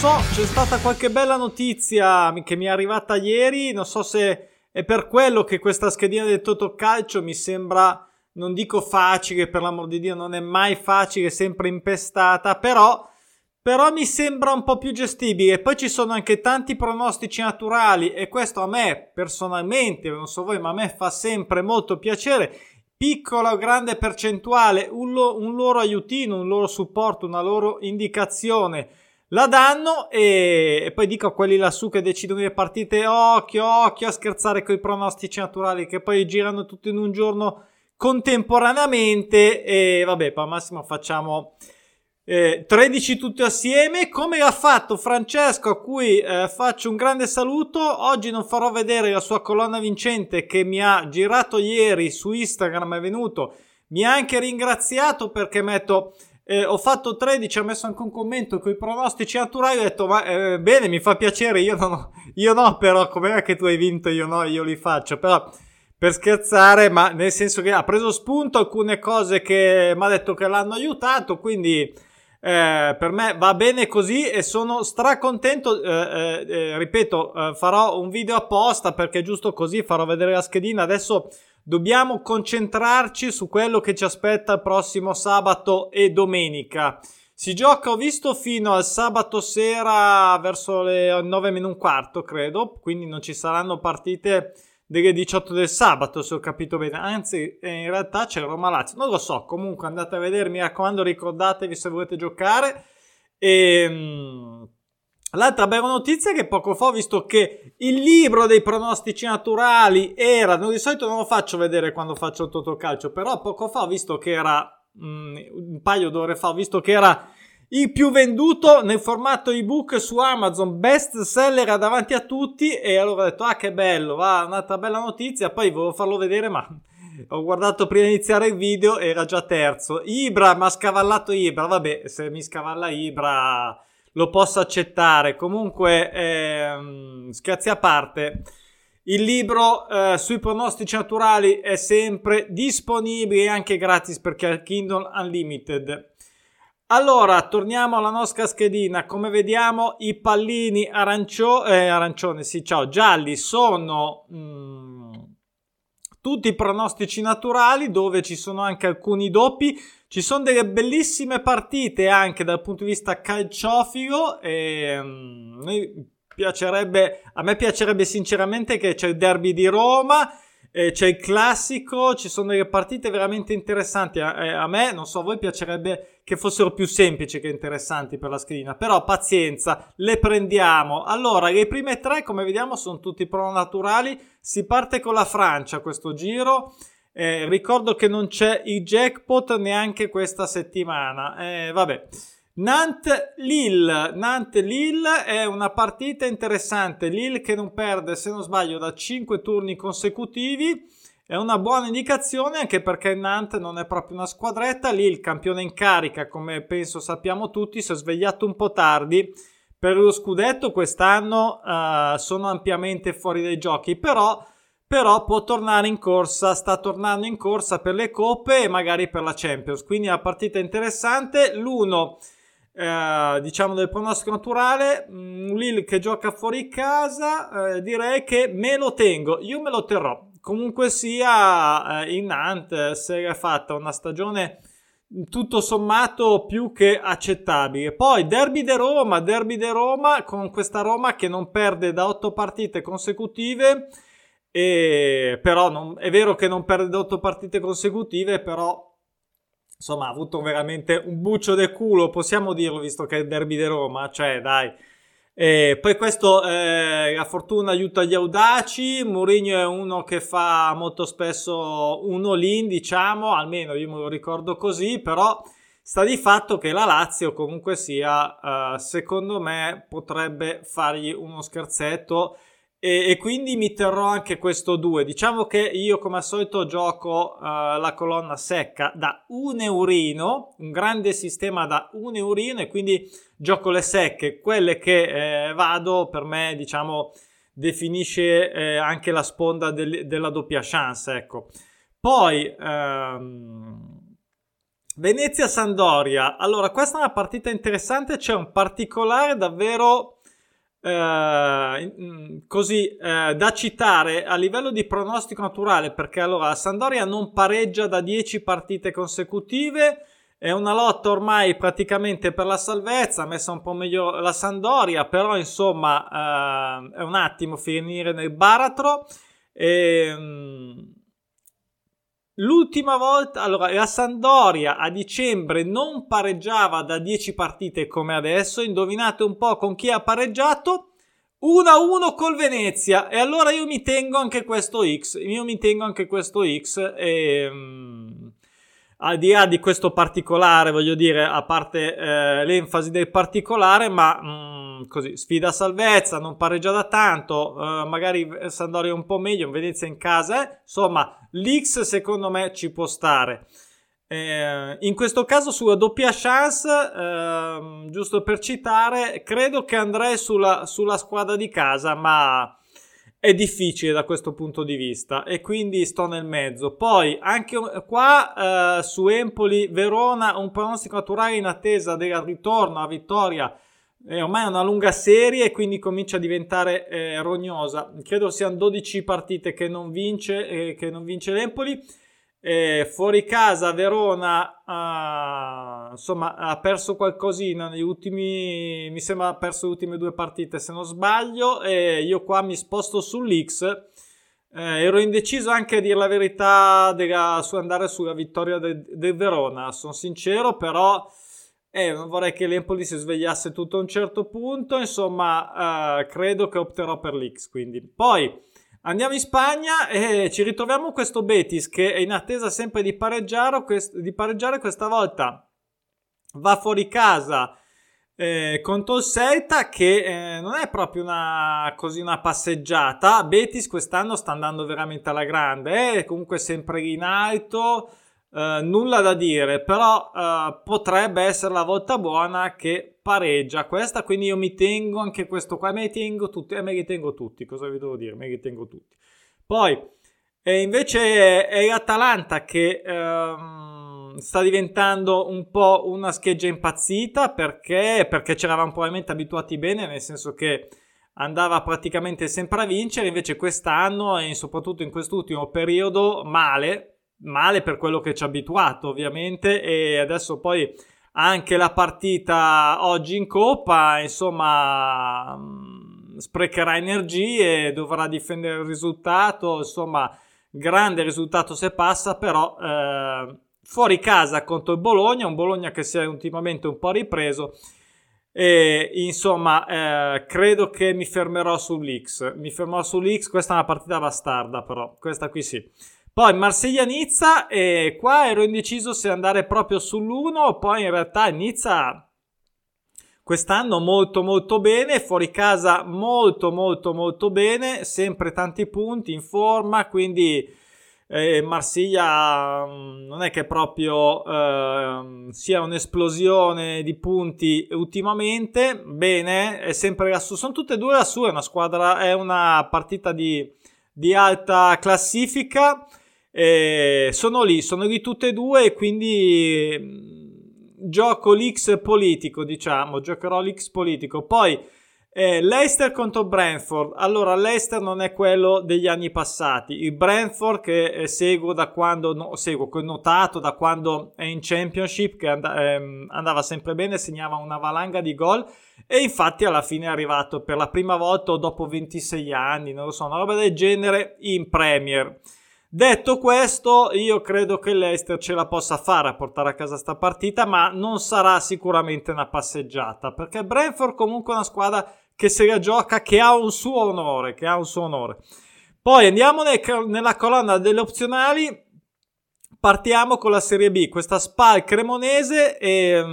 so, c'è stata qualche bella notizia che mi è arrivata ieri, non so se è per quello che questa schedina del Totocalcio mi sembra, non dico facile, per l'amor di Dio, non è mai facile, è sempre impestata, però mi sembra un po' più gestibile. Poi ci sono anche tanti pronostici naturali e questo a me personalmente, non so voi, ma a me fa sempre molto piacere. Piccola o grande percentuale, un loro aiutino, un loro supporto, una loro indicazione la danno, e poi dico a quelli lassù che decidono le partite, occhio a scherzare con i pronostici naturali che poi girano tutti in un giorno contemporaneamente, e vabbè, al massimo facciamo 13 tutti assieme, come ha fatto Francesco, a cui faccio un grande saluto. Oggi non farò vedere la sua colonna vincente che mi ha girato ieri su Instagram, è venuto, mi ha anche ringraziato perché ho fatto 13, ha messo anche un commento con i pronostici naturali, ho detto ma bene, mi fa piacere, io no, però com'era che tu hai vinto, io no, io li faccio, però per scherzare, ma nel senso che ha preso spunto alcune cose che mi ha detto che l'hanno aiutato, quindi per me va bene così e sono stracontento. Ripeto, farò un video apposta perché giusto così farò vedere la schedina. Adesso dobbiamo concentrarci su quello che ci aspetta il prossimo sabato e domenica. Si gioca, ho visto, fino al sabato sera verso le 9 meno un quarto, credo, quindi non ci saranno partite delle 18 del sabato, se ho capito bene, anzi in realtà c'è Roma-Lazio, non lo so, comunque andate a vedere, mi raccomando, ricordatevi se volete giocare. L'altra bella notizia è che poco fa ho visto che il libro dei pronostici naturali era, di solito non lo faccio vedere quando faccio il Totocalcio, però poco fa ho visto che era, un paio d'ore fa ho visto che era il più venduto nel formato ebook su Amazon, best seller davanti a tutti, e allora ho detto che bello, va, un'altra bella notizia. Poi volevo farlo vedere, ma ho guardato prima di iniziare il video, era già terzo. Ibra, mi ha scavallato Ibra, vabbè, se mi scavalla Ibra lo posso accettare. Comunque scherzi a parte, il libro sui pronostici naturali è sempre disponibile e anche gratis perché è Kindle Unlimited. Allora, torniamo alla nostra schedina. Come vediamo, i pallini gialli sono tutti pronostici naturali, dove ci sono anche alcuni doppi. Ci sono delle bellissime partite anche dal punto di vista calciofilo, e a me piacerebbe sinceramente che c'è il derby di Roma, c'è il classico, ci sono delle partite veramente interessanti. A me, non so, a voi piacerebbe che fossero più semplici che interessanti per la schedina, però pazienza, le prendiamo. Allora, le prime tre, come vediamo, sono tutti pronaturali. Si parte con la Francia questo giro. Ricordo che non c'è il jackpot neanche questa settimana. Vabbè. Nantes-Lille è una partita interessante. Lille che non perde, se non sbaglio, da 5 turni consecutivi, è una buona indicazione, anche perché Nantes non è proprio una squadretta. Lille, campione in carica, come penso sappiamo tutti, si è svegliato un po' tardi per lo scudetto quest'anno, sono ampiamente fuori dai giochi, però può tornare in corsa, sta tornando in corsa per le coppe e magari per la Champions, quindi è una partita interessante. L'uno diciamo del pronostico naturale, un Lille che gioca fuori casa, direi che me lo tengo, io me lo terrò. Comunque sia, in Nantes si è fatta una stagione tutto sommato più che accettabile. Poi derby di Roma, con questa Roma che non perde da 8 partite consecutive, però è vero che non perde da 8 partite consecutive, però insomma ha avuto veramente un buccio del culo, possiamo dirlo, visto che è il derby di Roma, cioè dai. Poi questo, la fortuna aiuta gli audaci. Mourinho è uno che fa molto spesso un all-in, diciamo, almeno io me lo ricordo così, però sta di fatto che la Lazio comunque sia, secondo me potrebbe fargli uno scherzetto, e quindi mi terrò anche questo 2. Diciamo che io come al solito gioco la colonna secca da €1, un grande sistema da €1, e quindi gioco le secche, quelle che vado, per me diciamo definisce anche la sponda della doppia chance, ecco. Poi Venezia-Sandoria. Allora, questa è una partita interessante, c'è un particolare davvero da citare a livello di pronostico naturale, perché allora Sandoria non pareggia da 10 partite consecutive, è una lotta ormai praticamente per la salvezza, messa un po' meglio la Sampdoria, però insomma è un attimo finire nel baratro. L'ultima volta, allora, la Sampdoria a dicembre non pareggiava da 10 partite come adesso. Indovinate un po' con chi ha pareggiato? 1-1 col Venezia. E allora io mi tengo anche questo X. Al di là di questo particolare, voglio dire, a parte l'enfasi del particolare, ma così, sfida salvezza, non pareggia da tanto, magari Sampdoria un po' meglio, Venezia in casa, insomma, l'X secondo me ci può stare. In questo caso sulla doppia chance, giusto per citare, credo che andrei sulla squadra di casa, ma è difficile da questo punto di vista e quindi sto nel mezzo. Poi anche qua su Empoli Verona un pronostico naturale in attesa del ritorno a vittoria. Ormai è una lunga serie e quindi comincia a diventare rognosa. Credo siano 12 partite che non vince l'Empoli. Fuori casa Verona insomma ha perso qualcosina negli ultimi, mi sembra ha perso le ultime 2 partite se non sbaglio, e io qua mi sposto sull'X. Ero indeciso anche a dire la verità su andare sulla vittoria del Verona, sono sincero, però non vorrei che l'Empoli si svegliasse tutto a un certo punto, insomma credo che opterò per l'X. Quindi poi andiamo in Spagna e ci ritroviamo questo Betis che è in attesa sempre di pareggiare, questa volta va fuori casa contro il Celta, che non è proprio una passeggiata. Betis quest'anno sta andando veramente alla grande, è comunque sempre in alto, nulla da dire, però potrebbe essere la volta buona che pareggia questa, quindi io mi tengo anche questo qua, me li tengo tutti, cosa vi devo dire, me li tengo tutti. Poi invece è l'Atalanta che sta diventando un po' una scheggia impazzita, perché ci eravamo probabilmente abituati bene, nel senso che andava praticamente sempre a vincere, invece quest'anno e soprattutto in quest'ultimo periodo male per quello che ci ha abituato ovviamente, e adesso poi anche la partita oggi in Coppa, insomma, sprecherà energie, dovrà difendere il risultato, insomma, grande risultato se passa, però fuori casa contro il Bologna, un Bologna che si è ultimamente un po' ripreso, e insomma credo che mi fermerò sull'X, questa è una partita bastarda, però questa qui sì. Poi Marsiglia-Nizza, e qua ero indeciso se andare proprio sull'1, poi in realtà Nizza quest'anno molto molto bene, fuori casa molto molto molto bene, sempre tanti punti, in forma, quindi Marsiglia non è che proprio sia un'esplosione di punti ultimamente, bene, è sempre lassù, sono tutte e due lassù, è una partita di alta classifica. Sono lì tutte e due, e quindi giocherò l'X politico. Poi Leicester contro Brentford. Allora, Leicester non è quello degli anni passati, il Brentford che seguo da quando notato da quando è in Championship, che andava sempre bene, segnava una valanga di gol, e infatti alla fine è arrivato per la prima volta dopo 26 anni, non lo so, una roba del genere in Premier. Detto questo, io credo che l'Leicester ce la possa fare a portare a casa sta partita, ma non sarà sicuramente una passeggiata, perché Brentford comunque è una squadra che se la gioca, che ha un suo onore. Poi andiamo nella colonna delle opzionali, partiamo con la Serie B, questa Spal Cremonese e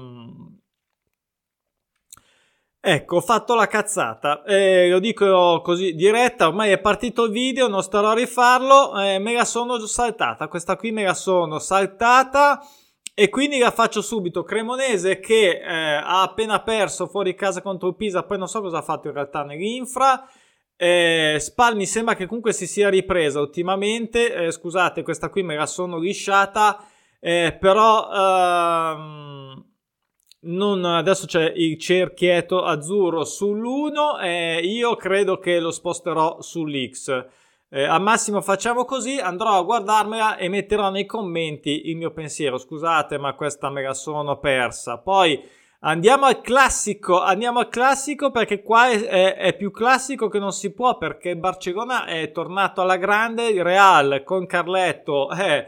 ecco, ho fatto la cazzata, lo dico così diretta, ormai è partito il video, non starò a rifarlo, me la sono saltata, questa qui me la sono saltata, e quindi la faccio subito. Cremonese che ha appena perso fuori casa contro il Pisa, poi non so cosa ha fatto in realtà nell'Infra. Spal mi sembra che comunque si sia ripresa ultimamente, scusate, questa qui me la sono lisciata. però adesso c'è il cerchietto azzurro sull'1, io credo che lo sposterò sull'X. Al massimo facciamo così, andrò a guardarmela e metterò nei commenti il mio pensiero. Scusate, ma questa me la sono persa. Poi andiamo al classico perché qua è più classico che non si può, perché il Barcellona è tornato alla grande, il Real con Carletto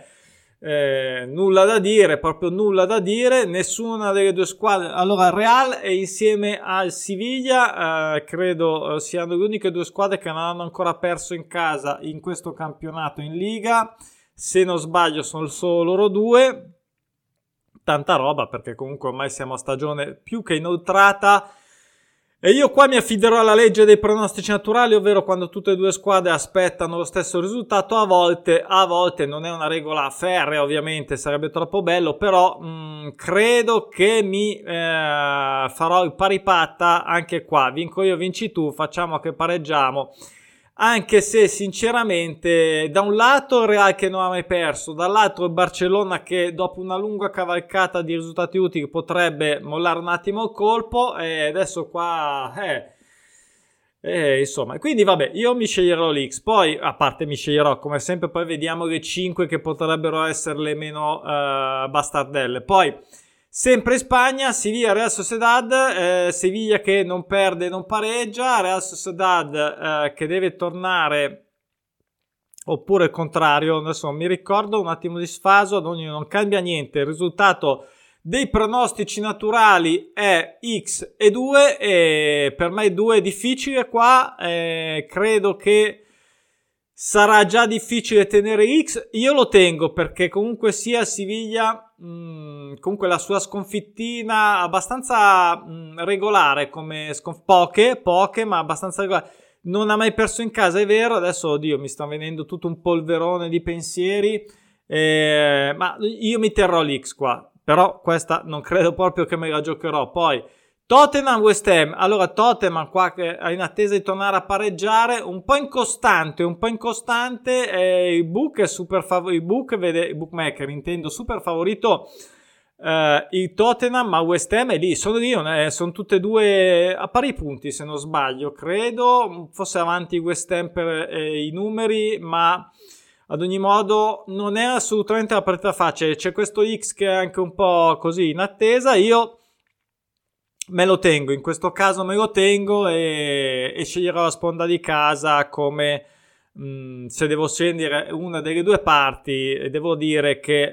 nulla da dire, proprio nulla da dire, nessuna delle due squadre. Allora il Real è insieme al Siviglia, credo siano le uniche due squadre che non hanno ancora perso in casa in questo campionato in Liga, se non sbaglio sono solo loro due. Tanta roba, perché comunque ormai siamo a stagione più che inoltrata. E io qua mi affiderò alla legge dei pronostici naturali, ovvero quando tutte e due squadre aspettano lo stesso risultato. A volte non è una regola ferrea, ovviamente sarebbe troppo bello, però credo che mi farò il pari patta anche qua. Vinco io, vinci tu, facciamo che pareggiamo. Anche se sinceramente da un lato il Real che non ha mai perso, dall'altro il Barcellona che dopo una lunga cavalcata di risultati utili potrebbe mollare un attimo il colpo, e adesso qua insomma, quindi vabbè, io mi sceglierò l'X, poi a parte mi sceglierò come sempre, poi vediamo le 5 che potrebbero essere le meno bastardelle. Poi sempre in Spagna, Sevilla, Real Sociedad, Sevilla che non perde, non pareggia, Real Sociedad che deve tornare, oppure il contrario, adesso non mi ricordo, un attimo di sfaso, non cambia niente, il risultato dei pronostici naturali è X e 2, e per me 2 è difficile qua, credo che sarà già difficile tenere X, io lo tengo perché comunque sia Siviglia, comunque la sua sconfittina abbastanza regolare, come poche ma abbastanza regolare, non ha mai perso in casa, è vero. Adesso oddio, mi sta venendo tutto un polverone di pensieri, ma io mi terrò l'X qua, però questa non credo proprio che me la giocherò. Poi Tottenham West Ham, allora Tottenham qua che è in attesa di tornare a pareggiare, un po' incostante, il book è super favorito, il bookmaker intendo, super favorito il Tottenham, ma West Ham è lì, sono tutte e due a pari punti se non sbaglio, credo, forse avanti West Ham per i numeri, ma ad ogni modo non è assolutamente la partita facile, c'è questo X che è anche un po' così in attesa, io me lo tengo, in questo caso me lo tengo e sceglierò la sponda di casa come se devo scegliere una delle due parti, devo dire che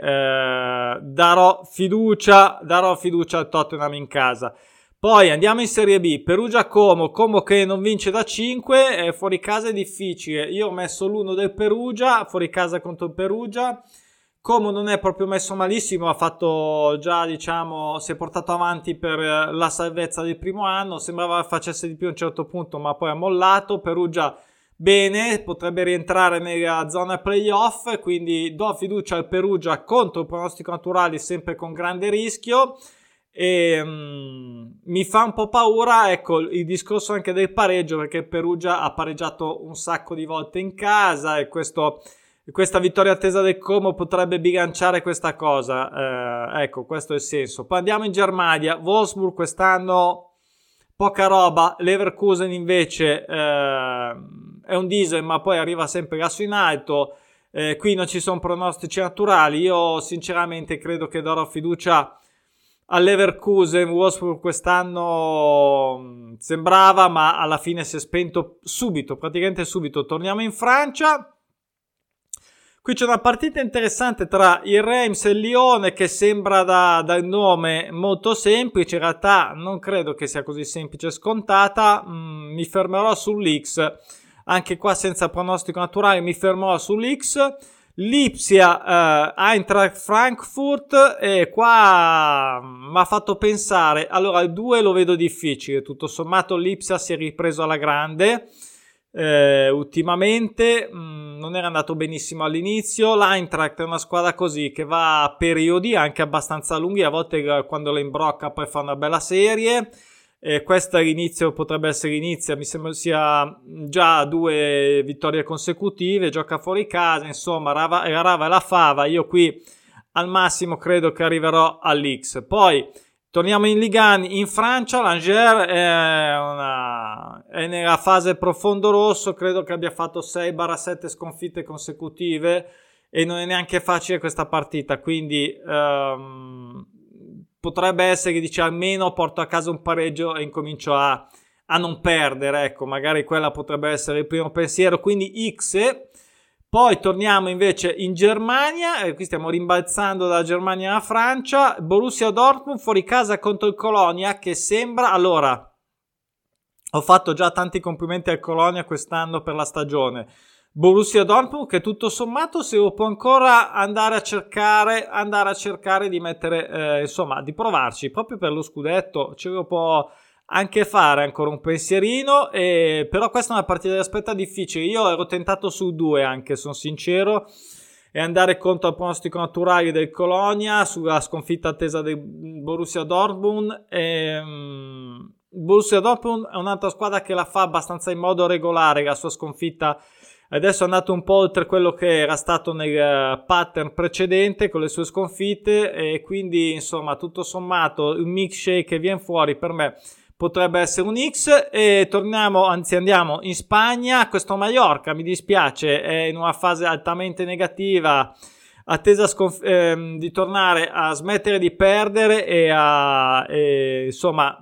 darò fiducia al Tottenham in casa. Poi andiamo in Serie B, Perugia-Como che non vince da 5, fuori casa è difficile, io ho messo l'1 del Perugia, fuori casa contro il Perugia. Como non è proprio messo malissimo, ha fatto già, diciamo, si è portato avanti per la salvezza del primo anno, sembrava facesse di più a un certo punto, ma poi ha mollato. Perugia bene, potrebbe rientrare nella zona playoff, quindi do fiducia al Perugia contro il pronostico naturale, sempre con grande rischio, e mi fa un po' paura, ecco, il discorso anche del pareggio, perché il Perugia ha pareggiato un sacco di volte in casa e questa vittoria attesa del Como potrebbe bilanciare questa cosa, ecco, questo è il senso. Poi andiamo in Germania, Wolfsburg quest'anno poca roba, Leverkusen invece è un diesel ma poi arriva sempre lasso in alto, qui non ci sono pronostici naturali, io sinceramente credo che darò fiducia al Leverkusen. Wolfsburg quest'anno sembrava, ma alla fine si è spento subito, praticamente subito. Torniamo in Francia. Qui c'è una partita interessante tra il Reims e il Lione che sembra dal nome molto semplice, in realtà non credo che sia così semplice e scontata, mi fermerò sull'X, anche qua senza pronostico naturale mi fermerò sull'X. Lipsia Eintracht Frankfurt, e qua mi ha fatto pensare, allora il 2 lo vedo difficile, tutto sommato Lipsia si è ripreso alla grande, ultimamente non era andato benissimo all'inizio. L'Eintracht è una squadra così che va a periodi anche abbastanza lunghi, a volte quando la imbrocca poi fa una bella serie, questo è l'inizio, potrebbe essere l'inizio, mi sembra sia già 2 vittorie consecutive, gioca fuori casa, insomma la rava e la fava. Io qui al massimo credo che arriverò all'X. Poi torniamo in Ligue 1, in Francia. L'Angers è nella fase profondo rosso, credo che abbia fatto 6-7 sconfitte consecutive e non è neanche facile questa partita, quindi potrebbe essere che dice almeno porto a casa un pareggio e incomincio a non perdere, ecco, magari quella potrebbe essere il primo pensiero, quindi X. Poi torniamo invece in Germania, qui stiamo rimbalzando dalla Germania alla Francia. Borussia Dortmund fuori casa contro il Colonia, che sembra... Allora, ho fatto già tanti complimenti al Colonia quest'anno per la stagione. Borussia Dortmund che tutto sommato se lo può ancora andare a cercare di mettere, insomma, di provarci proprio per lo scudetto, ce lo può anche fare ancora un pensierino, però questa è una partita di aspetta difficile. Io ero tentato su 2 anche, sono sincero, e andare contro il pronostico naturale del Colonia sulla sconfitta attesa del Borussia Dortmund. Borussia Dortmund è un'altra squadra che la fa abbastanza in modo regolare la sua sconfitta. Adesso è andato un po' oltre quello che era stato nel pattern precedente con le sue sconfitte, e quindi insomma tutto sommato il milkshake che viene fuori per me potrebbe essere un X. E andiamo in Spagna. Questo Mallorca, mi dispiace, è in una fase altamente negativa, attesa di tornare a smettere di perdere e insomma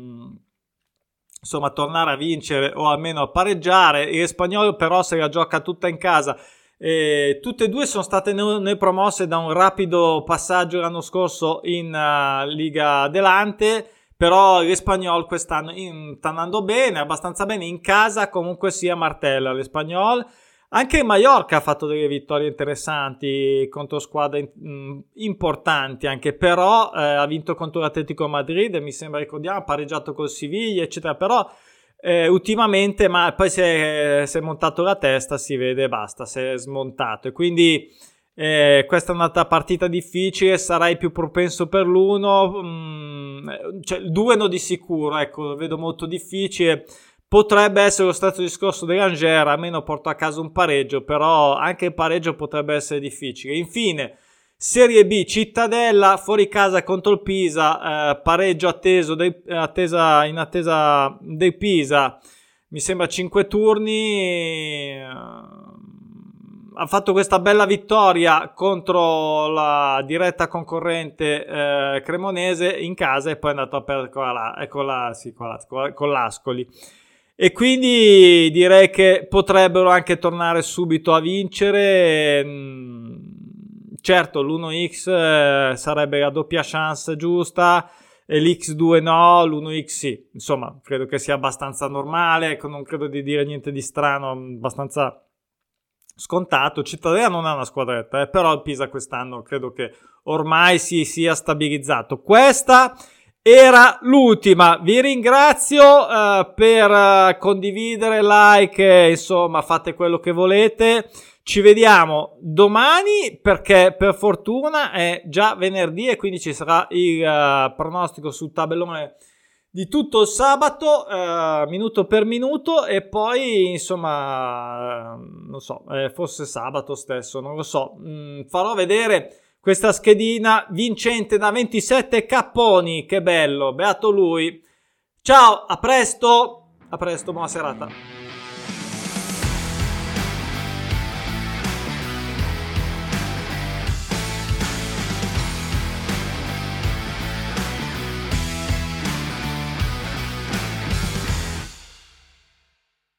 tornare a vincere o almeno a pareggiare. Il Spagnolo però se la gioca tutta in casa. Tutte e due sono state promosse da un rapido passaggio l'anno scorso in Liga Adelante, però l'Espanyol quest'anno sta andando bene, abbastanza bene in casa, comunque sia martella l'Espanyol. Anche il Mallorca ha fatto delle vittorie interessanti contro squadre importanti, anche però ha vinto contro l'Atletico Madrid, mi sembra, ricordiamo, ha pareggiato col Siviglia, eccetera, però ultimamente poi si è montato la testa, si vede, basta, si è smontato, e quindi questa è un'altra partita difficile. Sarai più propenso per l'1, cioè il 2 no di sicuro, ecco, lo vedo molto difficile. Potrebbe essere lo stesso discorso dell'Angers, almeno porto a casa un pareggio, però anche il pareggio potrebbe essere difficile. Infine, Serie B, Cittadella fuori casa contro il Pisa, pareggio in attesa del Pisa, mi sembra 5 turni. Ha fatto questa bella vittoria contro la diretta concorrente cremonese in casa e poi è andato a perdere con l'Ascoli. E quindi direi che potrebbero anche tornare subito a vincere. Certo, l'1x sarebbe la doppia chance giusta, e l'X2 no, l'1x sì. Insomma, credo che sia abbastanza normale, non credo di dire niente di strano, abbastanza scontato. Cittadella non è una squadretta, però il Pisa quest'anno credo che ormai si sia stabilizzato. Questa era l'ultima. Vi ringrazio per condividere, like, insomma fate quello che volete. Ci vediamo domani, perché per fortuna è già venerdì e quindi ci sarà il pronostico sul tabellone di tutto il sabato, minuto per minuto, e poi insomma non so, forse sabato stesso, non lo so, farò vedere questa schedina vincente da 27 capponi. Che bello, beato lui. Ciao, a presto, buona serata.